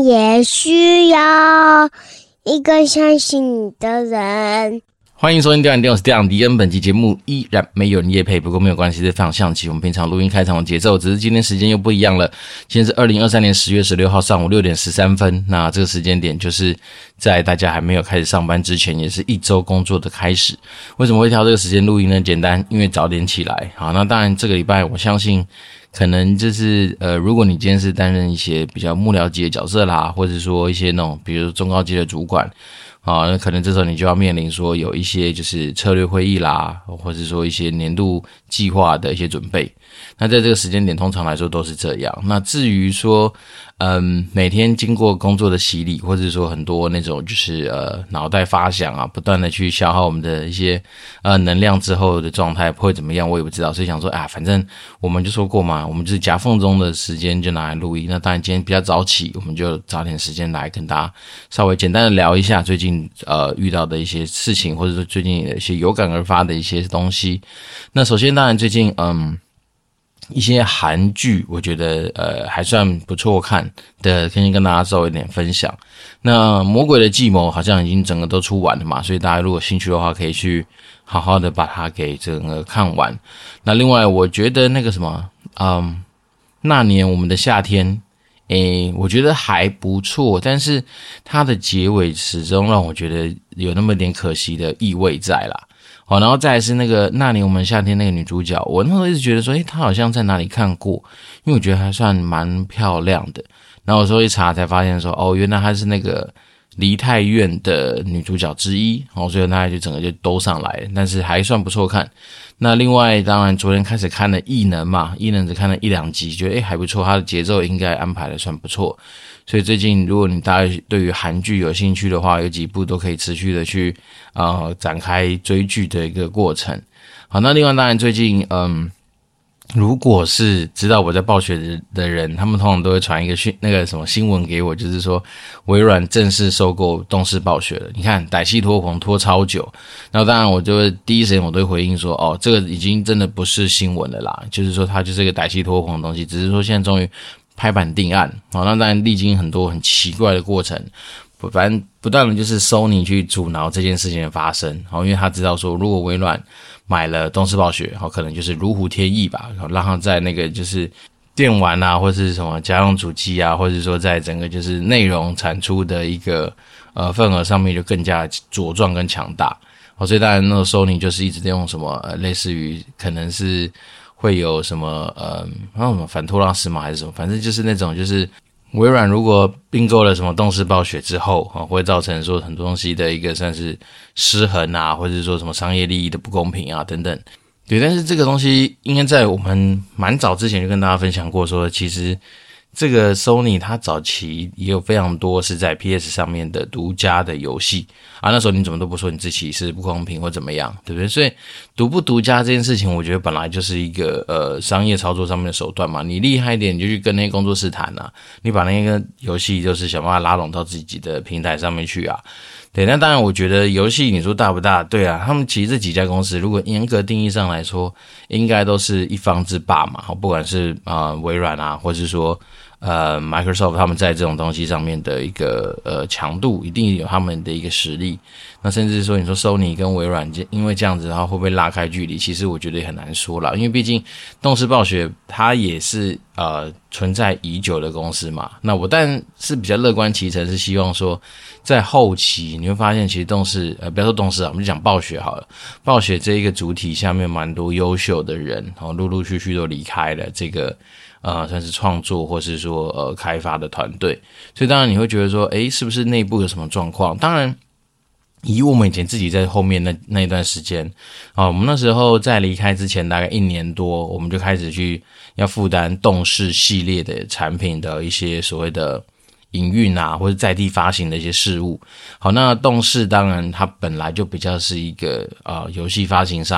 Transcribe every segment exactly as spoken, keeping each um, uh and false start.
也需要一个相信你的人。 欢迎收听《调研调》，我是调研迪恩。本期节目依然没有人业配，不过没有关系，这非常像期我们平常录音开场的节奏，只是今天时间又不一样了。今天是二零二三年十月十六号上午六点十三分，那这个时间点就是在大家还没有开始上班之前，也是一周工作的开始。为什么会挑这个时间录音呢？简单，因为早点起来。好，那当然这个礼拜我相信可能就是呃，如果你今天是担任一些比较幕僚级的角色啦，或者说一些那种比如中高级的主管，啊，那可能这时候你就要面临说有一些就是策略会议啦，或者说一些年度计划的一些准备。那在这个时间点通常来说都是这样。那至于说嗯，每天经过工作的洗礼，或者说很多那种就是呃脑袋发想啊，不断的去消耗我们的一些呃能量之后的状态会怎么样，我也不知道。所以想说啊，反正我们就说过嘛，我们就是夹缝中的时间就拿来录音。那当然今天比较早起，我们就找点时间来跟大家稍微简单的聊一下最近呃遇到的一些事情，或者说最近一些有感而发的一些东西。那首先当然最近嗯一些韩剧我觉得呃还算不错看的，可以跟大家稍微一点分享。那魔鬼的计谋好像已经整个都出完了嘛，所以大家如果有兴趣的话可以去好好的把它给整个看完。那另外我觉得那个什么嗯那年我们的夏天诶我觉得还不错，但是它的结尾始终让我觉得有那么点可惜的意味在啦。好，然后再来是那个那年我们夏天那个女主角，我那时候一直觉得说诶她好像在哪里看过，因为我觉得还算蛮漂亮的。然后我说一查才发现说哦原来她是那个梨泰院的女主角之一，哦所以她就整个就兜上来了，但是还算不错看。那另外当然昨天开始看了异能嘛，异能只看了一两集，觉得诶还不错，它的节奏应该安排的算不错。所以最近如果你大家对于韩剧有兴趣的话，有几部都可以持续的去呃展开追剧的一个过程。好，那另外当然最近嗯如果是知道我在暴雪的人，他们通常都会传一个讯那个什么新闻给我，就是说微软正式收购动视暴雪了。你看歹戏拖棚拖超久，然后当然我就会第一时间我都会回应说哦这个已经真的不是新闻了啦，就是说它就是一个歹戏拖棚的东西，只是说现在终于拍板定案。好，那当然历经很多很奇怪的过程，反正不断的就是 Sony 去阻挠这件事情的发生。好，因为他知道说如果微软买了动视暴雪，好可能就是如虎添翼吧，让他在那个就是电玩啊或是什么家用主机啊，或者说在整个就是内容产出的一个呃份额上面就更加茁壮跟强大。好，所以当然那个 Sony 就是一直在用什么呃类似于可能是会有什么呃那什么反托拉斯嘛还是什么，反正就是那种就是微软如果并购了什么动视暴雪之后啊，会造成说很多东西的一个算是失衡啊，或者是说什么商业利益的不公平啊等等。对，但是这个东西应该在我们蛮早之前就跟大家分享过说，其实这个 Sony 它早期也有非常多是在 P S 上面的独家的游戏啊，那时候你怎么都不说你自己是不公平或怎么样，对不对？所以独不独家这件事情我觉得本来就是一个呃商业操作上面的手段嘛，你厉害一点你就去跟那些工作室谈啊，你把那个游戏就是想办法拉拢到自己的平台上面去啊。对，那当然我觉得游戏你说大不大，对啊，他们其实这几家公司如果严格定义上来说应该都是一方之霸嘛，不管是呃微软啊或是说呃 Microsoft 他们在这种东西上面的一个呃强度一定有他们的一个实力。那甚至说你说 Sony 跟微软因为这样子然后会不会拉开距离，其实我觉得也很难说啦，因为毕竟动视暴雪它也是呃存在已久的公司嘛。那我当然是比较乐观其成，是希望说在后期你会发现其实动视呃不要说动视啊，我们就讲暴雪好了，暴雪这一个主体下面蛮多优秀的人然后陆陆续续都离开了这个呃，算是创作或是说呃开发的团队，所以当然你会觉得说，诶，是不是内部有什么状况？当然，以我们以前自己在后面那那一段时间啊，我们那时候在离开之前大概一年多，我们就开始去要负担动视系列的产品的一些所谓的营运啊，或者在地发行的一些事务。好，那动视当然它本来就比较是一个呃游戏发行商。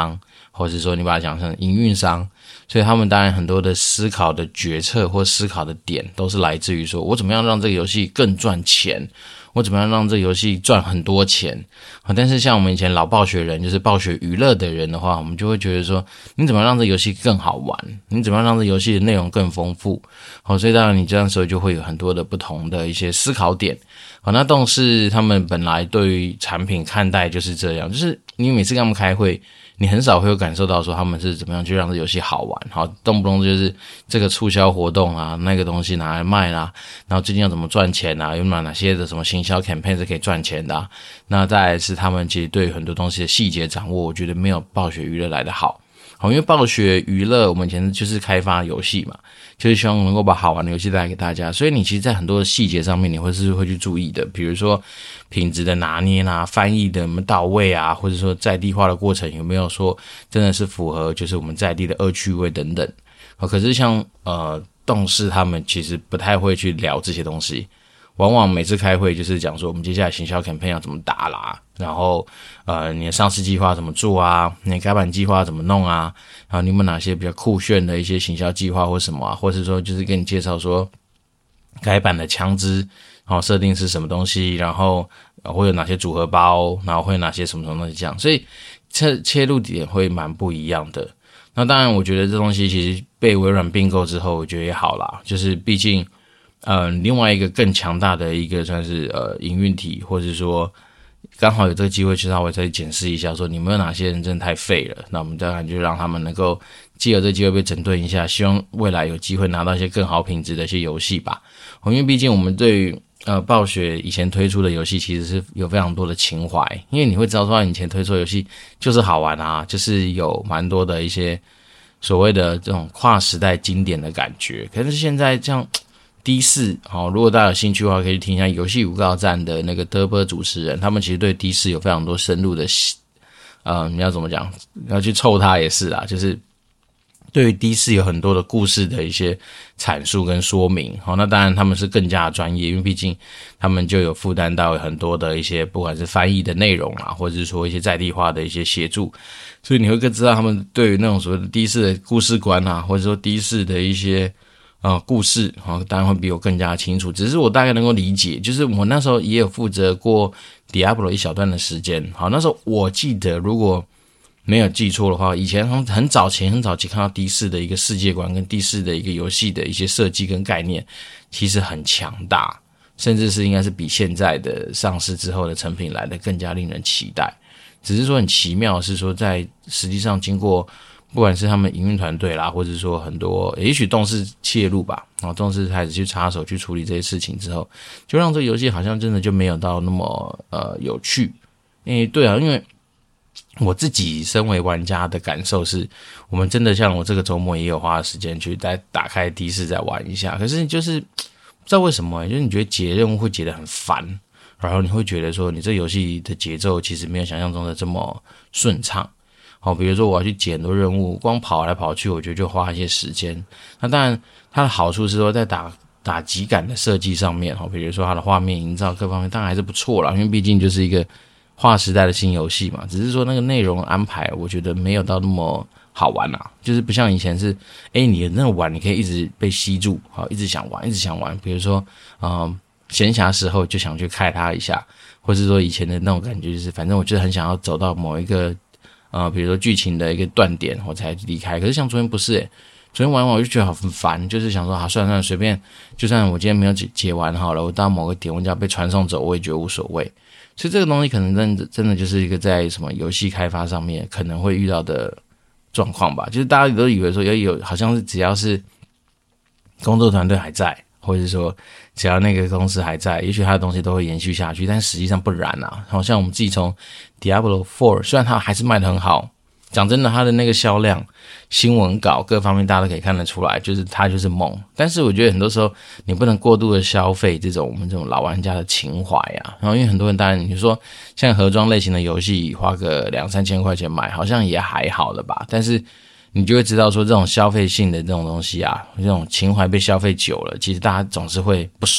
或者是说你把它讲成营运商，所以他们当然很多的思考的决策或思考的点都是来自于说我怎么样让这个游戏更赚钱，我怎么样让这个游戏赚很多钱。但是像我们以前老暴雪人，就是暴雪娱乐的人的话，我们就会觉得说你怎么样让这个游戏更好玩，你怎么样让这个游戏的内容更丰富。好，所以当然你这样时候就会有很多的不同的一些思考点。好，那动视他们本来对于产品看待就是这样，就是你每次跟他们开会，你很少会有感受到说他们是怎么样去让这游戏好玩。好，动不动就是这个促销活动啊，那个东西拿来卖啦，然后最近要怎么赚钱啊，有哪些的什么行销 campaign 是可以赚钱的啊。那再来是他们其实对很多东西的细节掌握，我觉得没有暴雪娱乐来的好。好，因为暴雪娱乐我们以前就是开发游戏嘛，就是希望能够把好玩的游戏带来给大家，所以你其实在很多的细节上面你会是会去注意的，比如说品质的拿捏啊，翻译的有没有到位啊，或者说在地化的过程有没有说真的是符合就是我们在地的恶趣味等等。好，可是像呃动视他们其实不太会去聊这些东西，往往每次开会就是讲说我们接下来行销 campaign 要怎么打啦，然后呃你的上市计划怎么做啊，你的改版计划怎么弄啊，然后你有没有哪些比较酷炫的一些行销计划或什么啊，或者说就是跟你介绍说改版的枪支然后设定是什么东西，然后会有哪些组合包，然后会有哪些什么什么东西这样，所以切切入点会蛮不一样的。那当然我觉得这东西其实被微软并购之后我觉得也好啦，就是毕竟呃，另外一个更强大的一个算是呃营运体，或者说刚好有这个机会去稍微再检视一下说你们有哪些人真的太废了，那我们当然就让他们能够藉由这个机会被整顿一下，希望未来有机会拿到一些更好品质的一些游戏吧。因为毕竟我们对于呃暴雪以前推出的游戏其实是有非常多的情怀，因为你会知道说以前推出的游戏就是好玩啊，就是有蛮多的一些所谓的这种跨时代经典的感觉。可是现在这样D 四，好，如果大家有兴趣的话，可以听一下游戏五告站的那个德波主持人，他们其实对 D 四有非常多深入的，呃，你要怎么讲，要去凑它也是啦，就是对于 D 四有很多的故事的一些阐述跟说明。好，那当然他们是更加专业，因为毕竟他们就有负担到很多的一些不管是翻译的内容啦，或者是说一些在地化的一些协助，所以你会更知道他们对于那种所谓的 D 四的故事观啊，或者说 D 四的一些呃，故事哦，当然会比我更加清楚，只是我大概能够理解，就是我那时候也有负责过 Diablo 一小段的时间。好，那时候我记得如果没有记错的话，以前很早前很早期看到 D 四的一个世界观跟 D 四的一个游戏的一些设计跟概念其实很强大，甚至是应该是比现在的上市之后的成品来的更加令人期待。只是说很奇妙的是说在实际上经过不管是他们营运团队啦，或者说很多也许动视切入吧，然后动视开始去插手去处理这些事情之后，就让这个游戏好像真的就没有到那么呃有趣。因为对啊，因为我自己身为玩家的感受是，我们真的像我这个周末也有花时间去再打开D四再玩一下，可是就是不知道为什么、欸，就是你觉得解任务会解得很烦，然后你会觉得说你这游戏的节奏其实没有想象中的这么顺畅。好，比如说我要去解很多任务，光跑来跑去，我觉得就花一些时间。那当然，它的好处是说在打打击感的设计上面，好，比如说它的画面营造各方面，当然还是不错啦，因为毕竟就是一个划时代的新游戏嘛。只是说那个内容安排，我觉得没有到那么好玩啦，就是不像以前是，诶，你的那个玩，你可以一直被吸住，好，一直想玩，一直想玩。比如说，嗯，闲暇时候就想去开它一下，或是说以前的那种感觉，就是反正我就是很想要走到某一个。呃，比如说剧情的一个断点，我才离开。可是像昨天不是诶、欸，昨天玩完我就觉得好烦，就是想说啊，算了算了，随便，就算我今天没有解解完好了，我到某个点我只要被传送走，我也觉得无所谓。所以这个东西可能真的真的就是一个在什么游戏开发上面可能会遇到的状况吧。就是大家都以为说有有好像是只要是工作团队还在，或者是说只要那个公司还在，也许他的东西都会延续下去，但实际上不然啊。好像我们自己从 Diablo 四，虽然它还是卖得很好，讲真的，它的那个销量、新闻稿各方面大家都可以看得出来，就是它就是猛。但是我觉得很多时候你不能过度的消费这种我们这种老玩家的情怀啊。然后因为很多人当然你说像盒装类型的游戏花个两三千块钱买，好像也还好了吧，但是你就会知道说这种消费性的这种东西啊，这种情怀被消费久了，其实大家总是会不爽。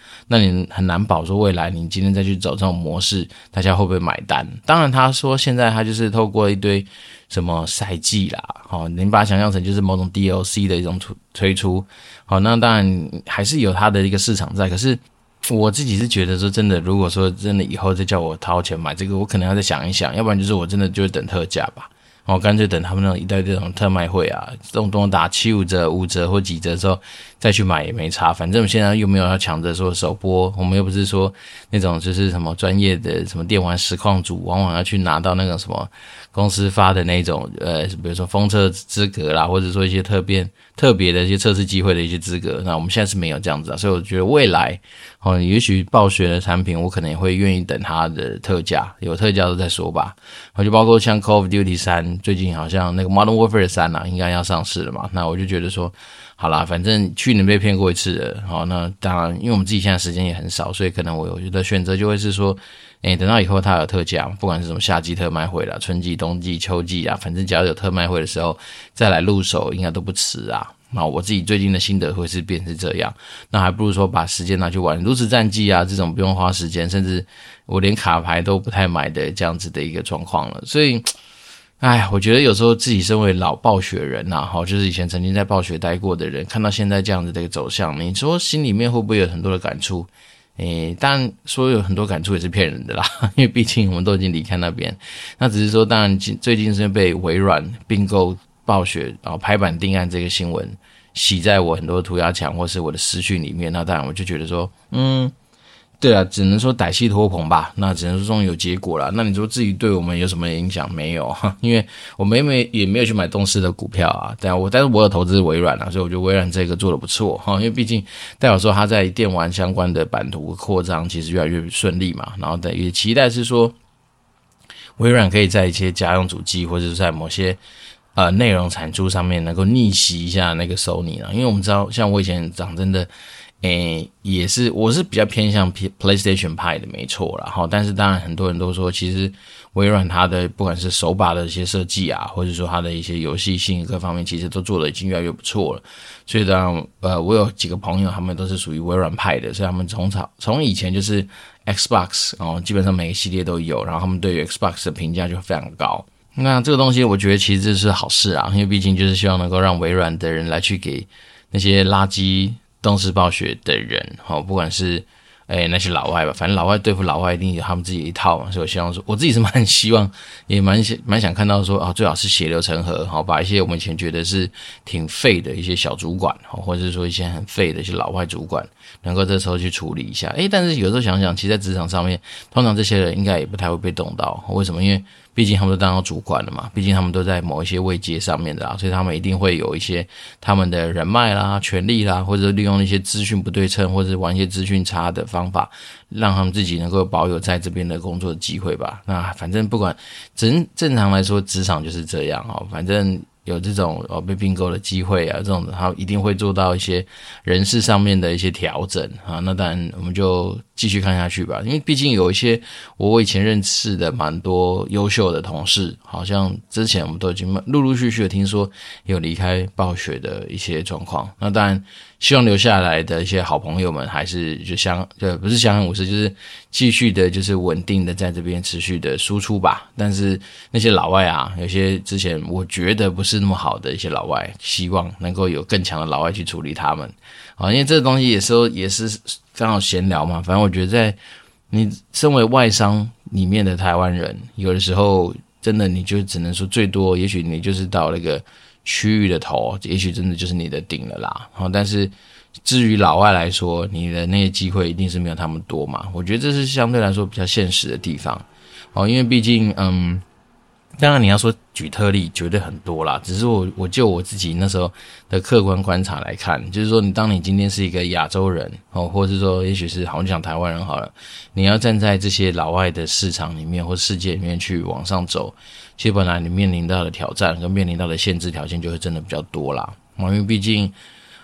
那你很难保说未来你今天再去走这种模式，大家会不会买单？当然他说现在他就是透过一堆什么赛季啦，哦，你把它想象成就是某种 D L C 的一种推出，好，那当然还是有它的一个市场在，可是我自己是觉得说真的，如果说真的以后再叫我掏钱买这个，我可能要再想一想，要不然就是我真的就会等特价吧。我干脆等他们那种一代这种特卖会啊，这种东西打七五折、五折或几折之后再去买也没差，反正现在又没有要抢着说首播，我们又不是说那种就是什么专业的什么电玩实况组，往往要去拿到那种什么公司发的那种呃，比如说封测资格啦，或者说一些特别特别的一些测试机会的一些资格，那我们现在是没有这样子啊，所以我觉得未来哦，也许暴雪的产品我可能也会愿意等它的特价，有特价都再说吧。就包括像 Call of Duty 三，最近好像那个 Modern Warfare 三啊，应该要上市了嘛，那我就觉得说好啦，反正去年被骗过一次了，好，那当然因为我们自己现在时间也很少，所以可能我有的选择就会是说诶，等到以后它有特价，不管是什么夏季特卖会啦、春季、冬季、秋季啊，反正只要有特卖会的时候再来入手应该都不迟啊。那我自己最近的心得会是变成这样，那还不如说把时间拿去玩炉石战记啊，这种不用花时间，甚至我连卡牌都不太买的这样子的一个状况了。所以哎，我觉得有时候自己身为老暴雪人呐、啊，就是以前曾经在暴雪待过的人，看到现在这样子的一个走向，你说心里面会不会有很多的感触？诶，当然说有很多感触也是骗人的啦，因为毕竟我们都已经离开那边。那只是说，当然最近是被微软并购暴雪，然后拍板定案这个新闻洗在我很多涂鸦墙或是我的私讯里面。那当然我就觉得说，嗯。对啊，只能说歹戏拖棚吧，那只能说终于有结果了。那你说自己对我们有什么影响？没有，因为我们也没也没有去买动视的股票啊。但我但是我有投资微软啊，所以我觉得微软这个做得不错哈，因为毕竟代表说它在电玩相关的版图扩张其实越来越顺利嘛。然后也期待是说微软可以在一些家用主机或者是在某些呃内容产出上面能够逆袭一下那个 Sony 啊，因为我们知道像我以前讲真的。诶，也是，我是比较偏向 PlayStation 派的，没错啦。齁，但是当然很多人都说，其实微软它的不管是手把的一些设计啊，或者说它的一些游戏性各方面，其实都做得已经越来越不错了。所以当然，呃，我有几个朋友，他们都是属于微软派的，所以他们从早从以前就是 Xbox 哦，基本上每个系列都有，然后他们对于 Xbox 的评价就非常高。那这个东西，我觉得其实这是好事啊，因为毕竟就是希望能够让微软的人来去给那些垃圾。动视暴雪的人，不管是诶那些老外吧，反正老外对付老外一定有他们自己一套嘛，所以我希望说，我自己是蛮希望，也蛮蛮想看到说啊，最好是血流成河，好把一些我们以前觉得是挺废的一些小主管，或者是说一些很废的一些老外主管，能够这时候去处理一下。诶，但是有时候想想，其实在职场上面，通常这些人应该也不太会被动到，为什么？因为毕竟他们都当到主管了嘛，毕竟他们都在某一些位阶上面的啦，所以他们一定会有一些他们的人脉啦、权力啦，或者利用一些资讯不对称，或者玩一些资讯差的方法，让他们自己能够保有在这边的工作的机会吧。那反正不管正正常来说，职场就是这样哦，反正。有这种哦被并购的机会啊，这种他一定会做到一些人事上面的一些调整啊。那当然我们就继续看下去吧，因为毕竟有一些我以前认识的蛮多优秀的同事，好像之前我们都已经陆陆续续的听说有离开暴雪的一些状况。那当然希望留下来的一些好朋友们还是就相对不是相安无事，就是继续的就是稳定的在这边持续的输出吧。但是那些老外啊，有些之前我觉得不是那么好的一些老外，希望能够有更强的老外去处理他们啊，因为这个东西也是也是刚好闲聊嘛。反正我觉得在你身为外商里面的台湾人，有的时候真的你就只能说最多也许你就是到那个区域的头，也许真的就是你的顶了啦。但是至于老外来说，你的那些机会一定是没有他们多嘛。我觉得这是相对来说比较现实的地方哦，因为毕竟嗯，当然你要说举特例绝对很多啦，只是我我就我自己那时候的客观观察来看，就是说你当你今天是一个亚洲人哦，或是说也许是好像讲台湾人好了，你要站在这些老外的市场里面或世界里面去往上走，其实本来你面临到的挑战跟面临到的限制条件就会真的比较多啦。因为毕竟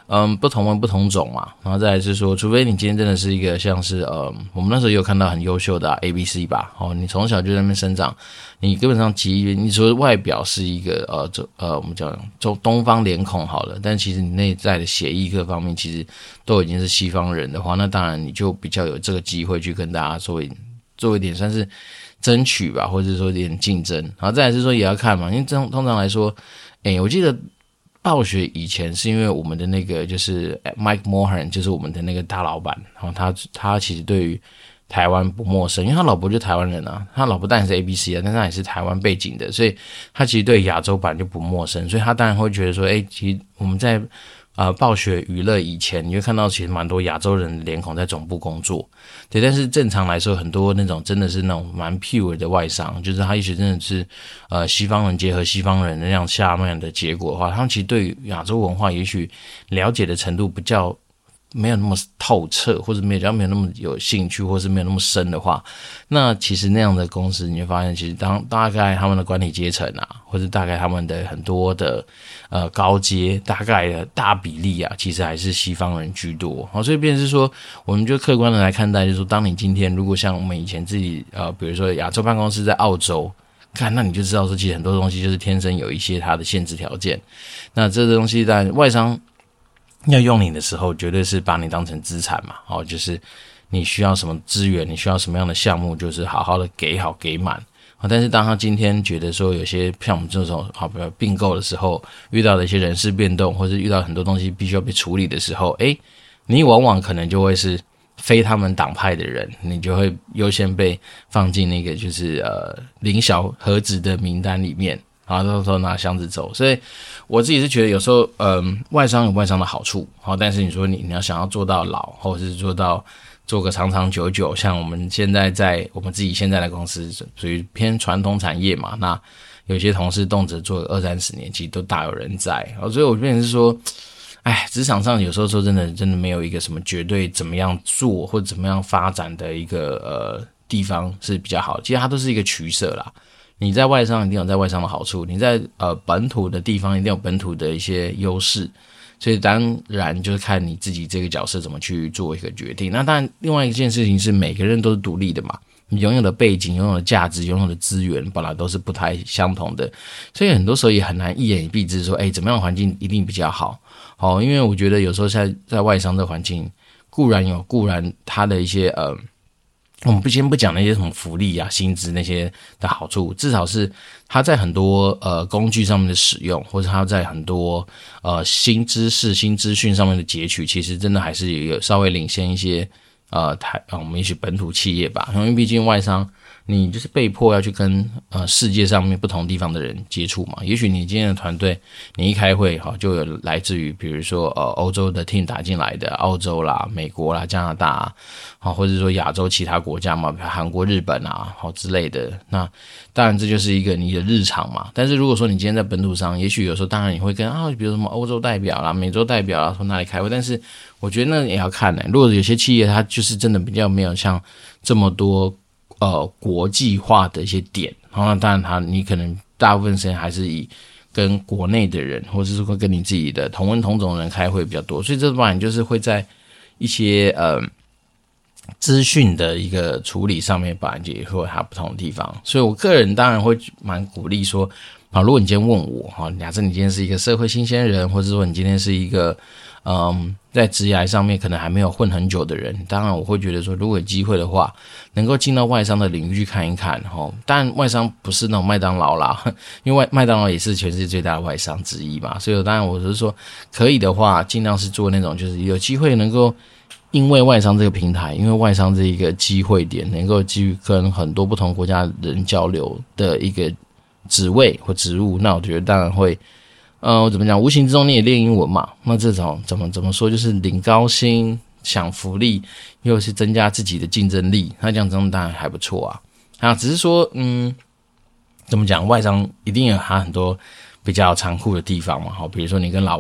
嗯，不同文不同种嘛，然后再来是说，除非你今天真的是一个像是呃，我们那时候也有看到很优秀的、啊、A B C 吧，哦，你从小就在那边生长，你根本上基因，你说外表是一个呃，这呃，我们讲中东方脸孔好了，但其实你内在的血液各方面其实都已经是西方人的话，那当然你就比较有这个机会去跟大家作为做一点算是争取吧，或者说一点竞争，然后再来是说也要看嘛，因为通通常来说，诶，我记得。暴雪以前是因为我们的那个就是 Mike Mulhern， 就是我们的那个大老板，然后他他其实对于台湾不陌生，因为他老婆就台湾人啊，他老婆当然是 A B C 啊，但是他也是台湾背景的，所以他其实对亚洲版就不陌生，所以他当然会觉得说，诶，其实我们在呃暴雪娱乐以前，你会看到其实蛮多亚洲人的脸孔在总部工作，对，但是正常来说，很多那种真的是那种蛮 pure 的外商，就是他也许真的是呃西方人结合西方人那样下面的结果的话，他们其实对于亚洲文化也许了解的程度比较没有那么透彻，或者没有没有那么有兴趣，或是没有那么深的话，那其实那样的公司你会发现，其实当大概他们的管理阶层啊，或者大概他们的很多的呃高阶，大概的大比例啊，其实还是西方人居多。好，所以变成是说，我们就客观的来看待，就是说，当你今天如果像我们以前自己呃，比如说亚洲办公室在澳洲。看，那你就知道说，其实很多东西就是天生有一些它的限制条件。那这个东西在外商要用你的时候，绝对是把你当成资产嘛，哦，就是你需要什么资源，你需要什么样的项目，就是好好的给好给满。但是当他今天觉得说有些像我们这种好比如并购的时候，遇到的一些人事变动，或是遇到很多东西必须要被处理的时候，诶，你往往可能就会是非他们党派的人，你就会优先被放进那个就是呃零小盒子的名单里面，然后到时候拿箱子走。所以我自己是觉得有时候嗯、呃、外商有外商的好处，好，但是你说你你要想要做到老，或者是做到做个长长久久，像我们现在在我们自己现在的公司属于偏传统产业嘛，那有些同事动辄做二三十年，其实都大有人在。所以我变成是说，哎，职场上有时候说真的，真的没有一个什么绝对怎么样做或者怎么样发展的一个呃地方是比较好的，其实它都是一个取舍啦。你在外商一定有在外商的好处，你在呃本土的地方一定有本土的一些优势，所以当然就是看你自己这个角色怎么去做一个决定。那当然，另外一件事情是每个人都是独立的嘛，你拥有的背景、拥有的价值、拥有的资源本来都是不太相同的，所以很多时候也很难一言以蔽之说，哎，怎么样的环境一定比较好。好，因为我觉得有时候在在外商的环境，固然有固然它的一些呃。我们不先不讲那些什么福利啊、薪资那些的好处，至少是它在很多呃工具上面的使用，或者它在很多呃新知识、新资讯上面的截取，其实真的还是有稍微领先一些呃台呃我们也许本土企业吧，因为毕竟外商你就是被迫要去跟呃世界上面不同地方的人接触嘛。也许你今天的团队，你一开会哈，就有来自于比如说呃欧洲的 team 打进来的，澳洲啦、美国啦、加拿大啊。好，或者说亚洲其他国家嘛，比如韩国、日本啊，好之类的。那当然这就是一个你的日常嘛。但是如果说你今天在本土上，也许有时候当然你会跟啊，比如什么欧洲代表啦、美洲代表啦，从哪里开会。但是我觉得那也要看呢、欸。如果有些企业它就是真的比较没有像这么多呃国际化的一些点，然后那当然它你可能大部分时间还是以跟国内的人，或者是会跟你自己的同文同种的人开会比较多。所以这当然就是会在一些呃。资讯的一个处理上面本来就也会有它不同的地方，所以我个人当然会蛮鼓励说，啊，如果你今天问我哈，假设你今天是一个社会新鲜人，或者说你今天是一个嗯在职涯上面可能还没有混很久的人，当然我会觉得说，如果有机会的话，能够进到外商的领域去看一看哈。但外商不是那种麦当劳啦，因为麦当劳也是全世界最大的外商之一嘛，所以当然我是说，可以的话，尽量是做那种就是有机会能够。因为外商这个平台，因为外商这一个机会点，能够基于跟很多不同国家人交流的一个职位或职务，那我觉得当然会，呃，我怎么讲？无形之中你也练英文嘛，那这种怎么怎么说，就是领高薪、享福利，又是增加自己的竞争力，那这样子当然还不错啊。啊，只是说，嗯，怎么讲？外商一定有它很多比较残酷的地方嘛，好，比如说你跟老外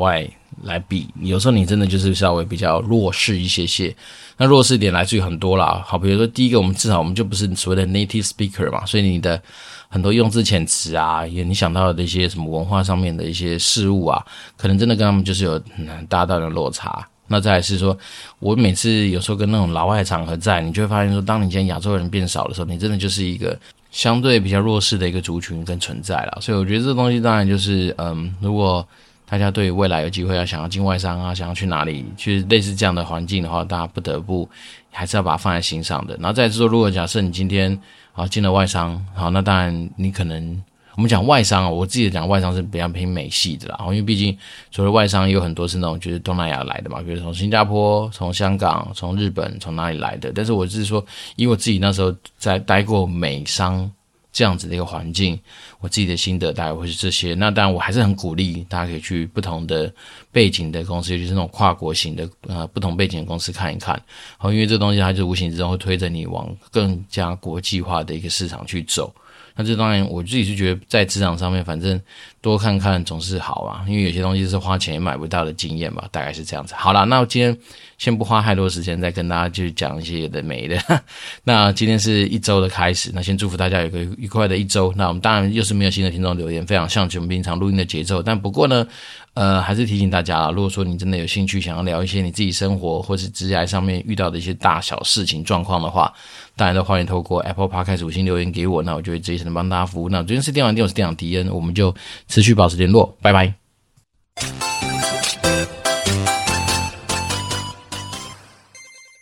来比，有时候你真的就是稍微比较弱势一些些。那弱势点来自于很多啦，好，比如说第一个，我们至少我们就不是所谓的 native speaker 嘛，所以你的很多用字遣词啊，也你想到的一些什么文化上面的一些事物啊，可能真的跟他们就是有很大大的落差。那再来是说，我每次有时候跟那种老外场合在，你就会发现说，当你今天亚洲人变少的时候，你真的就是一个相对比较弱势的一个族群跟存在啦。所以我觉得这个东西当然就是，嗯，如果大家对未来有机会要想要进外商啊，想要去哪里去类似这样的环境的话，大家不得不还是要把它放在心上的。然后再来是说，如果假设你今天啊进了外商，好，那当然你可能我们讲外商，我自己讲外商是比较偏美系的啦，因为毕竟所谓外商有很多是那种就是东南亚来的嘛，比如从新加坡、从香港、从日本、从哪里来的。但是我是说，以我自己那时候在待过美商这样子的一个环境，我自己的心得大概会是这些。那当然我还是很鼓励大家可以去不同的背景的公司，尤其是那种跨国型的呃不同背景的公司看一看，好，因为这东西它就无形之中会推着你往更加国际化的一个市场去走。那这当然我自己是觉得在职场上面反正多看看总是好啊，因为有些东西是花钱也买不到的经验吧，大概是这样子。好啦，那我今天先不花太多时间再跟大家去讲一些有的没的那今天是一周的开始，那先祝福大家有个愉快的一周。那我们当然又是没有新的听众留言，非常像我们平常录音的节奏，但不过呢呃，还是提醒大家啦，如果说你真的有兴趣想要聊一些你自己生活或是职业上面遇到的一些大小事情状况的话，当然都欢迎透过 Apple Podcast 五星留言给我，那我就会这一层帮大家服务。那今天是电玩店，我是店长迪恩，我们就持续保持联络，拜拜。